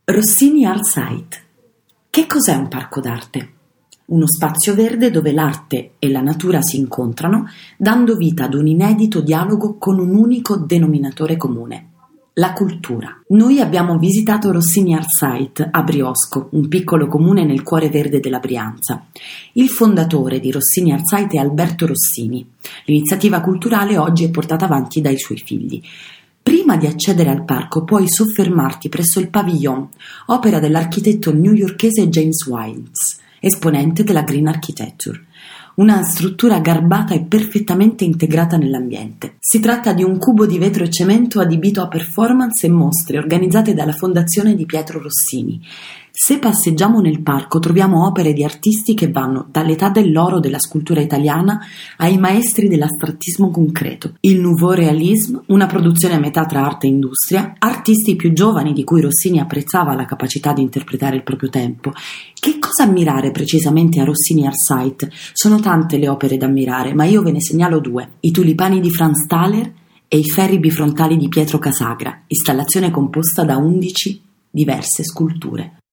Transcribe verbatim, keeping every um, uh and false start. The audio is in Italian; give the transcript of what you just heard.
Rossini Art Site. Che cos'è un parco d'arte? Uno spazio verde dove l'arte e la natura si incontrano, dando vita ad un inedito dialogo con un unico denominatore comune: la cultura. Noi abbiamo visitato Rossini Art Site a Briosco, un piccolo comune nel cuore verde della Brianza. Il fondatore di Rossini Art Site è Alberto Rossini. L'iniziativa culturale oggi è portata avanti dai suoi figli. Prima di accedere al parco puoi soffermarti presso il Pavillon, opera dell'architetto newyorkese James Wiles, esponente della Green Architecture. Una struttura garbata e perfettamente integrata nell'ambiente. Si tratta di un cubo di vetro e cemento adibito a performance e mostre organizzate dalla Fondazione di Pietro Rossini. Se passeggiamo nel parco troviamo opere di artisti che vanno dall'età dell'oro della scultura italiana ai maestri dell'astrattismo concreto, il Nouveau Realisme, una produzione a metà tra arte e industria, artisti più giovani di cui Rossini apprezzava la capacità di interpretare il proprio tempo. Che cosa ammirare precisamente a Rossini Art Site? Sono tante le opere da ammirare, ma io ve ne segnalo due: i tulipani di Franz Thaler e i ferri bifrontali di Pietro Casagra, installazione composta da undici diverse sculture.